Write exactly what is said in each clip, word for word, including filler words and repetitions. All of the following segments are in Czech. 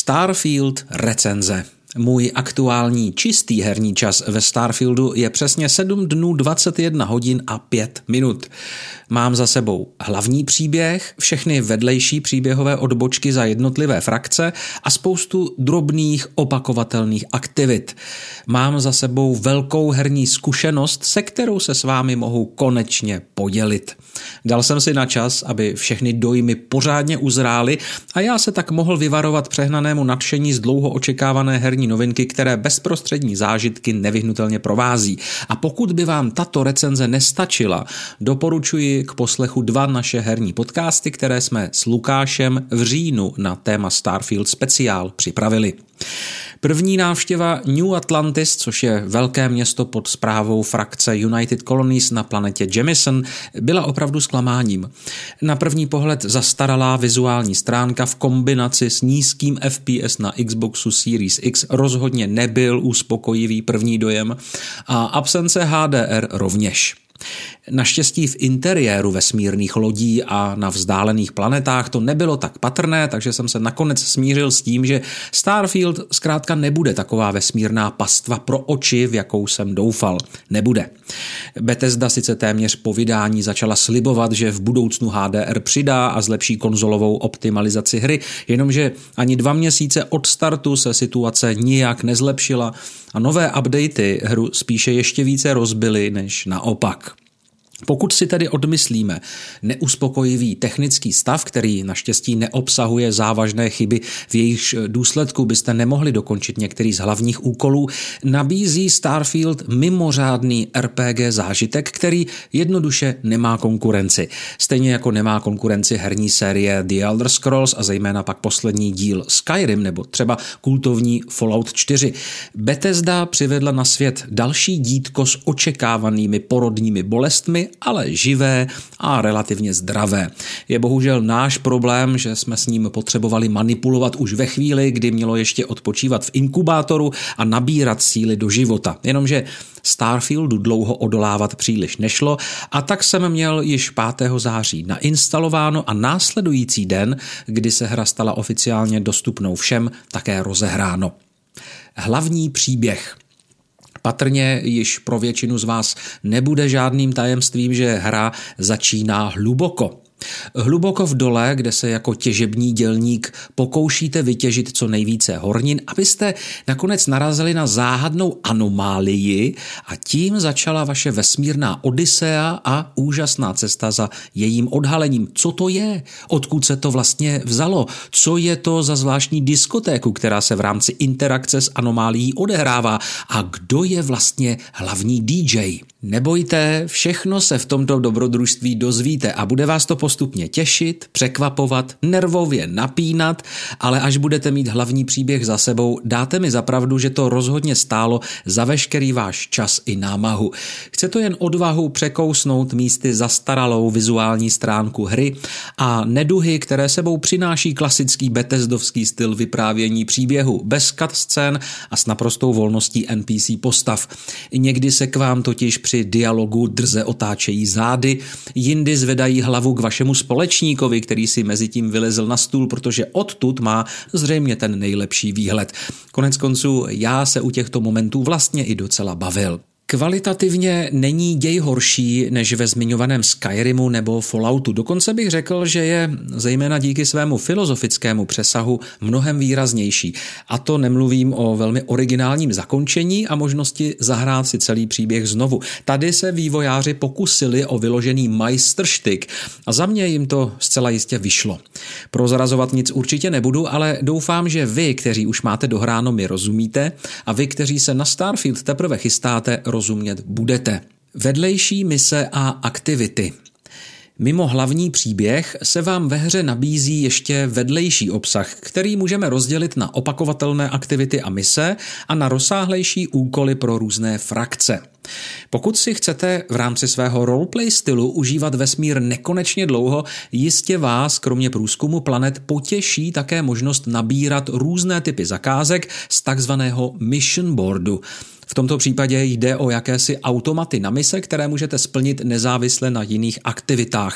Starfield recenze. Můj aktuální čistý herní čas ve Starfieldu je přesně sedm dnů dvacet jedna hodin a pět minut. Mám za sebou hlavní příběh, všechny vedlejší příběhové odbočky za jednotlivé frakce a spoustu drobných opakovatelných aktivit. Mám za sebou velkou herní zkušenost, se kterou se s vámi mohu konečně podělit. Dal jsem si na čas, aby všechny dojmy pořádně uzrály a já se tak mohl vyvarovat přehnanému nadšení z dlouho očekávané herní novinky, které bezprostřední zážitky nevyhnutelně provází. A pokud by vám tato recenze nestačila, doporučuji k poslechu dva naše herní podcasty, které jsme s Lukášem v říjnu na téma Starfield speciál připravili. První návštěva New Atlantis, což je velké město pod správou frakce United Colonies na planetě Jemison, byla opravdu zklamáním. Na první pohled zastaralá vizuální stránka v kombinaci s nízkým F P S na Xboxu Series X rozhodně nebyl uspokojivý první dojem a absence H D R rovněž. Naštěstí v interiéru vesmírných lodí a na vzdálených planetách to nebylo tak patrné, takže jsem se nakonec smířil s tím, že Starfield zkrátka nebude taková vesmírná pastva pro oči, v jakou jsem doufal. Nebude. Bethesda sice téměř po vydání začala slibovat, že v budoucnu H D R přidá a zlepší konzolovou optimalizaci hry, jenomže ani dva měsíce od startu se situace nijak nezlepšila a nové updaty hru spíše ještě více rozbily než naopak. Pokud si tedy odmyslíme neuspokojivý technický stav, který naštěstí neobsahuje závažné chyby, v jejichž důsledku byste nemohli dokončit některý z hlavních úkolů, nabízí Starfield mimořádný R P G zážitek, který jednoduše nemá konkurenci. Stejně jako nemá konkurenci herní série The Elder Scrolls a zejména pak poslední díl Skyrim nebo třeba kultovní Fallout čtyři. Bethesda přivedla na svět další dítko s očekávanými porodními bolestmi, ale živé a relativně zdravé. Je bohužel náš problém, že jsme s ním potřebovali manipulovat už ve chvíli, kdy mělo ještě odpočívat v inkubátoru a nabírat síly do života. Jenomže Starfieldu dlouho odolávat příliš nešlo a tak jsem měl již pátého září nainstalováno a následující den, kdy se hra stala oficiálně dostupnou všem, také rozehráno. Hlavní příběh. Patrně již pro většinu z vás nebude žádným tajemstvím, že hra začíná hluboko. Hluboko v dole, kde se jako těžební dělník pokoušíte vytěžit co nejvíce hornin, abyste nakonec narazili na záhadnou anomálii a tím začala vaše vesmírná odysea a úžasná cesta za jejím odhalením. Co to je? Odkud se to vlastně vzalo? Co je to za zvláštní diskotéku, která se v rámci interakce s anomálií odehrává? A kdo je vlastně hlavní D J? Nebojte, všechno se v tomto dobrodružství dozvíte a bude vás to postupně těšit, překvapovat, nervově napínat, ale až budete mít hlavní příběh za sebou, dáte mi za pravdu, že to rozhodně stálo za veškerý váš čas i námahu. Chce to jen odvahu překousnout místy zastaralou vizuální stránku hry a neduhy, které sebou přináší klasický Bethesdovský styl vyprávění příběhu, bez cutscén a s naprostou volností N P C postav. Někdy se k vám totiž při dialogu drze otáčejí zády, jindy zvedají hlavu k vašemu společníkovi, který si mezi tím vylezl na stůl, protože odtud má zřejmě ten nejlepší výhled. Konec konců já se u těchto momentů vlastně i docela bavil. Kvalitativně není děj horší než ve zmiňovaném Skyrimu nebo Falloutu. Dokonce bych řekl, že je zejména díky svému filozofickému přesahu mnohem výraznější. A to nemluvím o velmi originálním zakončení a možnosti zahrát si celý příběh znovu. Tady se vývojáři pokusili o vyložený majstrštyk a za mě jim to zcela jistě vyšlo. Prozrazovat nic určitě nebudu, ale doufám, že vy, kteří už máte dohráno, mi rozumíte a vy, kteří se na Starfield teprve chystáte, rozumět budete. Vedlejší mise a aktivity. Mimo hlavní příběh se vám ve hře nabízí ještě vedlejší obsah, který můžeme rozdělit na opakovatelné aktivity a mise a na rozsáhlejší úkoly pro různé frakce. Pokud si chcete v rámci svého roleplay stylu užívat vesmír nekonečně dlouho, jistě vás, kromě průzkumu planet, potěší také možnost nabírat různé typy zakázek z takzvaného mission boardu. V tomto případě jde o jakési automaty na mise, které můžete splnit nezávisle na jiných aktivitách.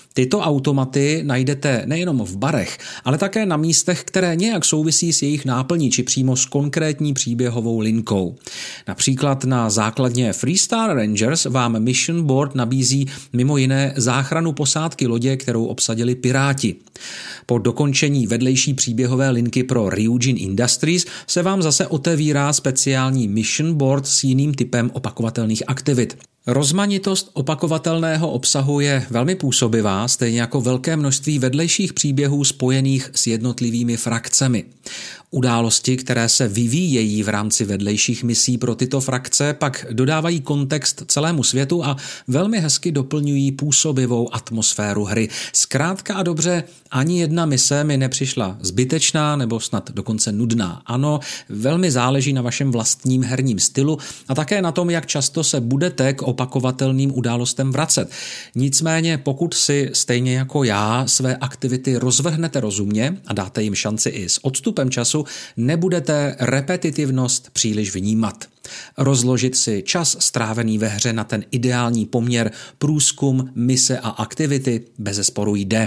Tyto automaty najdete nejenom v barech, ale také na místech, které nějak souvisí s jejich náplní či přímo s konkrétní příběhovou linkou. Například na základně Freestar Rangers vám Mission Board nabízí mimo jiné záchranu posádky lodě, kterou obsadili piráti. Po dokončení vedlejší příběhové linky pro Ryujin Industries se vám zase otevírá speciální Mission Board s jiným typem opakovatelných aktivit. Rozmanitost opakovatelného obsahu je velmi působivá, stejně jako velké množství vedlejších příběhů spojených s jednotlivými frakcemi. Události, které se vyvíjejí v rámci vedlejších misí pro tyto frakce, pak dodávají kontext celému světu a velmi hezky doplňují působivou atmosféru hry. Zkrátka a dobře, ani jedna mise mi nepřišla zbytečná nebo snad dokonce nudná. Ano, velmi záleží na vašem vlastním herním stylu a také na tom, jak často se budete k opakovatelným událostem vracet. Nicméně, pokud si stejně jako já své aktivity rozvrhnete rozumně a dáte jim šanci i s odstupem času, nebudete repetitivnost příliš vnímat. Rozložit si čas strávený ve hře na ten ideální poměr průzkum, mise a aktivity bezesporu jde.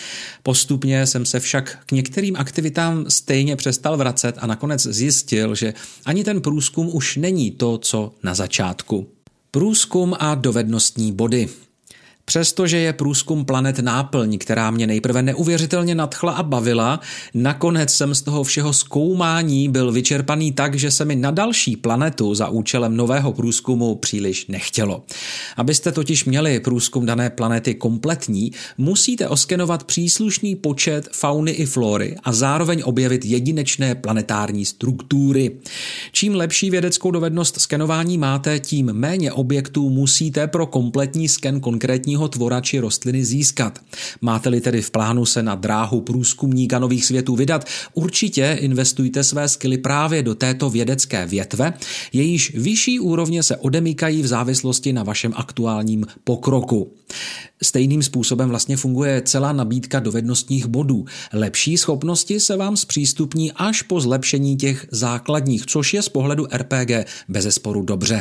Postupně jsem se však k některým aktivitám stejně přestal vracet a nakonec zjistil, že ani ten průzkum už není to, co na začátku. Průzkum a dovednostní body. Přestože je průzkum planet náplň, která mě nejprve neuvěřitelně nadchla a bavila, nakonec jsem z toho všeho zkoumání byl vyčerpaný tak, že se mi na další planetu za účelem nového průzkumu příliš nechtělo. Abyste totiž měli průzkum dané planety kompletní, musíte oskenovat příslušný počet fauny i flory a zároveň objevit jedinečné planetární struktury. Čím lepší vědeckou dovednost skenování máte, tím méně objektů musíte pro kompletní sken konkrétní tvora či rostliny získat. Máte-li tedy v plánu se na dráhu průzkumníka nových světů vydat, určitě investujte své skily právě do této vědecké větve, jejíž vyšší úrovně se odemykají v závislosti na vašem aktuálním pokroku. Stejným způsobem vlastně funguje celá nabídka dovednostních bodů. Lepší schopnosti se vám zpřístupní až po zlepšení těch základních, což je z pohledu R P G bezesporu dobře.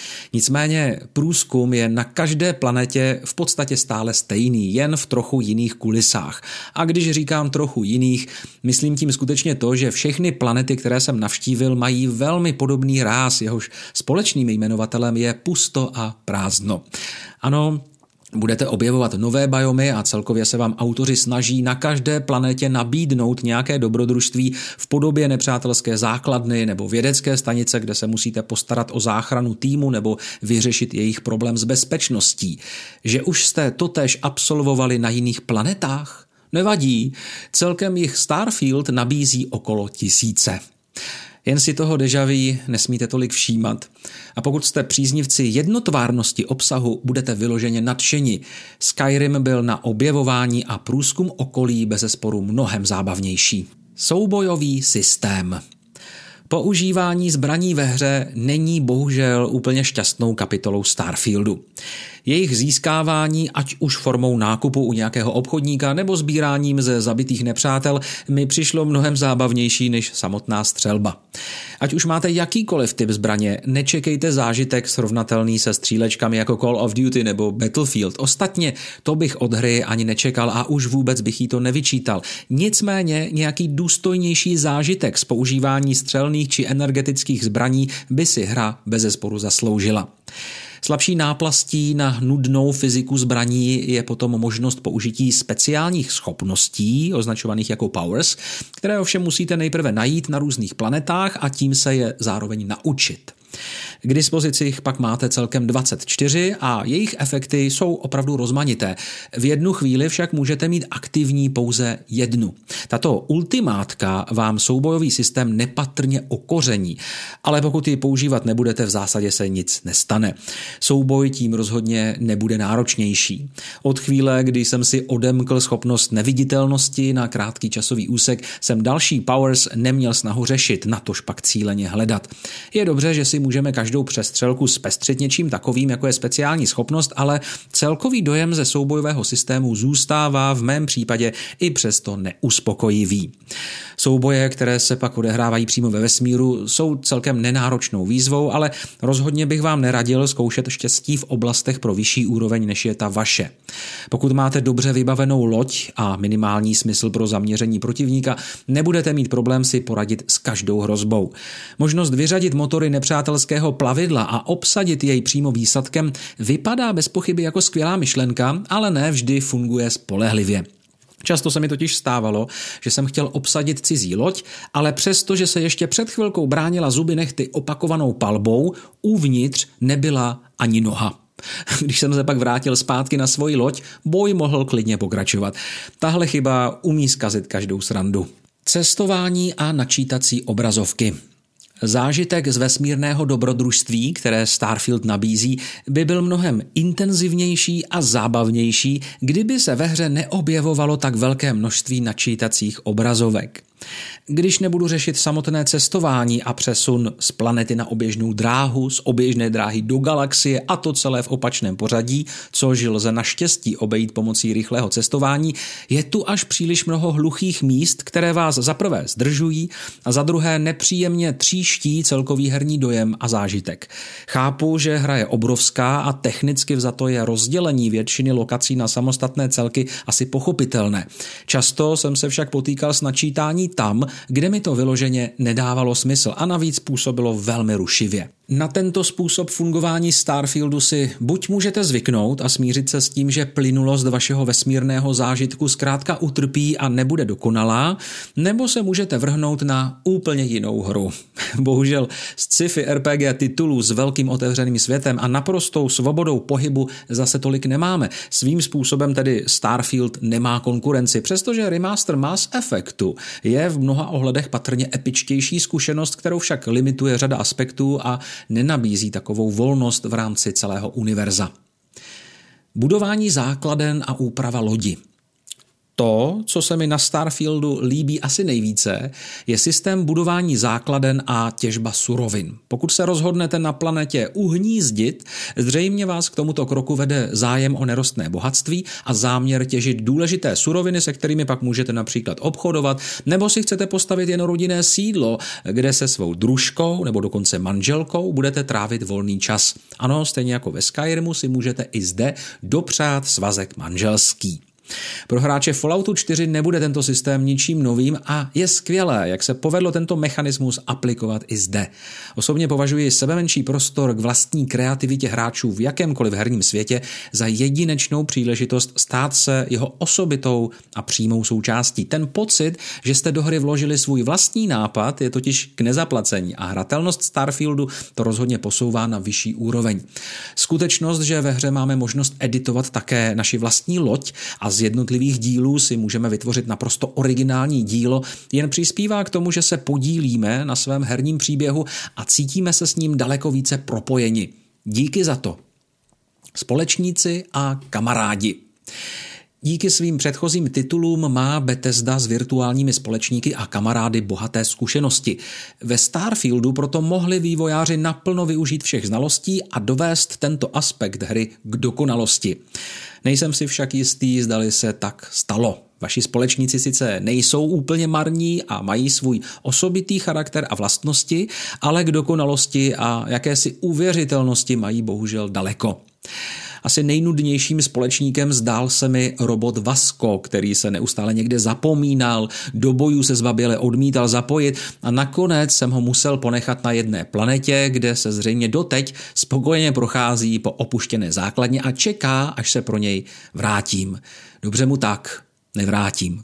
Nicméně průzkum je na každé planetě v podstatě stále stejný, jen v trochu jiných kulisách. A když říkám trochu jiných, myslím tím skutečně to, že všechny planety, které jsem navštívil, mají velmi podobný ráz, jehož společným jmenovatelem je pusto a prázdno. Ano, budete objevovat nové biomy a celkově se vám autoři snaží na každé planetě nabídnout nějaké dobrodružství v podobě nepřátelské základny nebo vědecké stanice, kde se musíte postarat o záchranu týmu nebo vyřešit jejich problém s bezpečností. Že už jste totéž absolvovali na jiných planetách? Nevadí, celkem jich Starfield nabízí okolo tisíce. Jen si toho déjà vu nesmíte tolik všímat. A pokud jste příznivci jednotvárnosti obsahu, budete vyloženě nadšeni. Skyrim byl na objevování a průzkum okolí bezesporu mnohem zábavnější. Soubojový systém. Používání zbraní ve hře není bohužel úplně šťastnou kapitolou Starfieldu. Jejich získávání, ať už formou nákupu u nějakého obchodníka nebo sbíráním ze zabitých nepřátel, mi přišlo mnohem zábavnější než samotná střelba. Ať už máte jakýkoliv typ zbraně, nečekejte zážitek srovnatelný se střílečkami jako Call of Duty nebo Battlefield. Ostatně to bych od hry ani nečekal a už vůbec bych jí to nevyčítal. Nicméně nějaký důstojnější zážitek z používání střelných či energetických zbraní by si hra bezesporu zasloužila. Slabší náplastí na nudnou fyziku zbraní je potom možnost použití speciálních schopností, označovaných jako powers, které ovšem musíte nejprve najít na různých planetách a tím se je zároveň naučit. K dispozici jich pak máte celkem dvacet čtyři a jejich efekty jsou opravdu rozmanité. V jednu chvíli však můžete mít aktivní pouze jednu. Tato ultimátka vám soubojový systém nepatrně okoření, ale pokud ji používat nebudete, v zásadě se nic nestane. Souboj tím rozhodně nebude náročnější. Od chvíle, kdy jsem si odemkl schopnost neviditelnosti na krátký časový úsek, jsem další powers neměl snahu řešit, natož pak cíleně hledat. Je dobře, že si můžeme každou přestřelku zpestřit něčím takovým, jako je speciální schopnost, ale celkový dojem ze soubojového systému zůstává v mém případě i přesto neuspokojivý. Souboje, které se pak odehrávají přímo ve vesmíru, jsou celkem nenáročnou výzvou, ale rozhodně bych vám neradil zkoušet štěstí v oblastech pro vyšší úroveň, než je ta vaše. Pokud máte dobře vybavenou loď a minimální smysl pro zaměření protivníka, nebudete mít problém si poradit s každou hrozbou. Možnost vyřadit motory nepřátelského plavidla a obsadit jej přímo výsadkem vypadá bez pochyby jako skvělá myšlenka, ale ne vždy funguje spolehlivě. Často se mi totiž stávalo, že jsem chtěl obsadit cizí loď, ale přesto, že se ještě před chvilkou bránila zuby nehty opakovanou palbou, uvnitř nebyla ani noha. Když jsem se pak vrátil zpátky na svoji loď, boj mohl klidně pokračovat. Tahle chyba umí zkazit každou srandu. Cestování a načítací obrazovky. Zážitek z vesmírného dobrodružství, které Starfield nabízí, by byl mnohem intenzivnější a zábavnější, kdyby se ve hře neobjevovalo tak velké množství načítacích obrazovek. Když nebudu řešit samotné cestování a přesun z planety na oběžnou dráhu, z oběžné dráhy do galaxie a to celé v opačném pořadí, což lze naštěstí obejít pomocí rychlého cestování, je tu až příliš mnoho hluchých míst, které vás za prvé zdržují a za druhé nepříjemně tříští celkový herní dojem a zážitek. Chápu, že hra je obrovská a technicky vzato je rozdělení většiny lokací na samostatné celky asi pochopitelné. Často jsem se však potýkal s načítání tam, kde mi to vyloženě nedávalo smysl a navíc působilo velmi rušivě. Na tento způsob fungování Starfieldu si buď můžete zvyknout a smířit se s tím, že plynulost vašeho vesmírného zážitku zkrátka utrpí a nebude dokonalá, nebo se můžete vrhnout na úplně jinou hru. Bohužel z sci-fi R P G titulů s velkým otevřeným světem a naprostou svobodou pohybu zase tolik nemáme. Svým způsobem tedy Starfield nemá konkurenci, přestože remaster Mass Effectu je v mnoha ohledech patrně epičtější zkušenost, kterou však limituje řada aspektů a nenabízí takovou volnost v rámci celého univerza. Budování základen a úprava lodi. To, co se mi na Starfieldu líbí asi nejvíce, je systém budování základen a těžba surovin. Pokud se rozhodnete na planetě uhnízdit, zřejmě vás k tomuto kroku vede zájem o nerostné bohatství a záměr těžit důležité suroviny, se kterými pak můžete například obchodovat, nebo si chcete postavit jen rodinné sídlo, kde se svou družkou nebo dokonce manželkou budete trávit volný čas. Ano, stejně jako ve Skyrimu si můžete i zde dopřát svazek manželský. Pro hráče Falloutu čtyři nebude tento systém ničím novým a je skvělé, jak se povedlo tento mechanismus aplikovat i zde. Osobně považuji sebemenší prostor k vlastní kreativitě hráčů v jakémkoliv herním světě za jedinečnou příležitost stát se jeho osobitou a přímou součástí. Ten pocit, že jste do hry vložili svůj vlastní nápad, je totiž k nezaplacení a hratelnost Starfieldu to rozhodně posouvá na vyšší úroveň. Skutečnost, že ve hře máme možnost editovat také naši vlastní loď a z jednotlivých dílů si můžeme vytvořit naprosto originální dílo, jen přispívá k tomu, že se podílíme na svém herním příběhu a cítíme se s ním daleko více propojeni. Díky za to. Společníci a kamarádi. Díky svým předchozím titulům má Bethesda s virtuálními společníky a kamarády bohaté zkušenosti. Ve Starfieldu proto mohli vývojáři naplno využít všech znalostí a dovést tento aspekt hry k dokonalosti. Nejsem si však jistý, zdali se tak stalo. Vaši společníci sice nejsou úplně marní a mají svůj osobitý charakter a vlastnosti, ale k dokonalosti a jakési uvěřitelnosti mají bohužel daleko. Asi nejnudnějším společníkem zdál se mi robot Vasco, který se neustále někde zapomínal, do bojů se zbaběle odmítal zapojit a nakonec jsem ho musel ponechat na jedné planetě, kde se zřejmě doteď spokojeně prochází po opuštěné základně a čeká, až se pro něj vrátím. Dobře mu tak, nevrátím.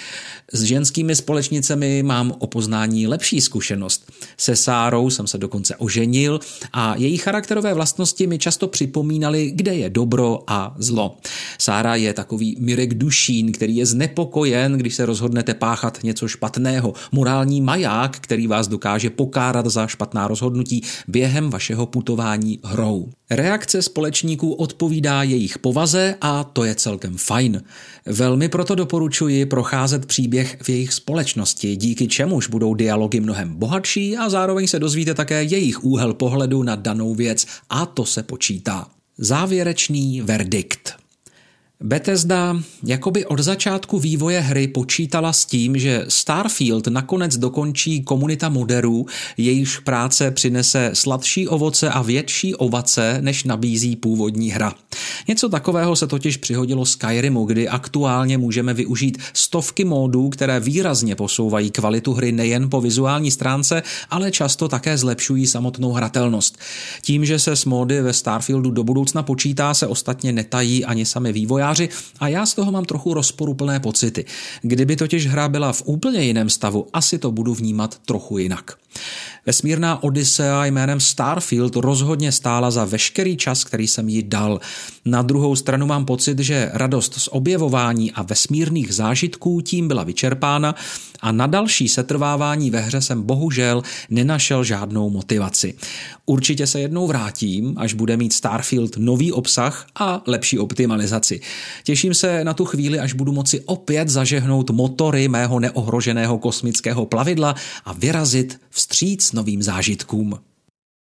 S ženskými společnicemi mám o poznání lepší zkušenost. Se Sárou jsem se dokonce oženil a její charakterové vlastnosti mi často připomínaly, kde je dobro a zlo. Sára je takový Mirek Dušín, který je znepokojen, když se rozhodnete páchat něco špatného. Morální maják, který vás dokáže pokárat za špatná rozhodnutí během vašeho putování hrou. Reakce společníků odpovídá jejich povaze a to je celkem fajn. Velmi proto doporučuji procházet příběh v jejich společnosti, díky čemuž budou dialogy mnohem bohatší a a zároveň se dozvíte také jejich úhel pohledu na danou věc a to se počítá. Závěrečný verdikt. Bethesda jakoby od začátku vývoje hry počítala s tím, že Starfield nakonec dokončí komunita moderů, jejichž práce přinese sladší ovoce a větší ovace, než nabízí původní hra. Něco takového se totiž přihodilo Skyrimu, kdy aktuálně můžeme využít stovky módů, které výrazně posouvají kvalitu hry nejen po vizuální stránce, ale často také zlepšují samotnou hratelnost. Tím, že se s módy ve Starfieldu do budoucna počítá, se ostatně netají ani sami vývojáři, a já z toho mám trochu rozporuplné pocity. Kdyby totiž hra byla v úplně jiném stavu, asi to budu vnímat trochu jinak. Vesmírná Odyssea jménem Starfield rozhodně stála za veškerý čas, který jsem jí dal. Na druhou stranu mám pocit, že radost z objevování a vesmírných zážitků tím byla vyčerpána a na další setrvávání ve hře jsem bohužel nenašel žádnou motivaci. Určitě se jednou vrátím, až bude mít Starfield nový obsah a lepší optimalizaci. Těším se na tu chvíli, až budu moci opět zažehnout motory mého neohroženého kosmického plavidla a vyrazit vstříc novým zážitkům.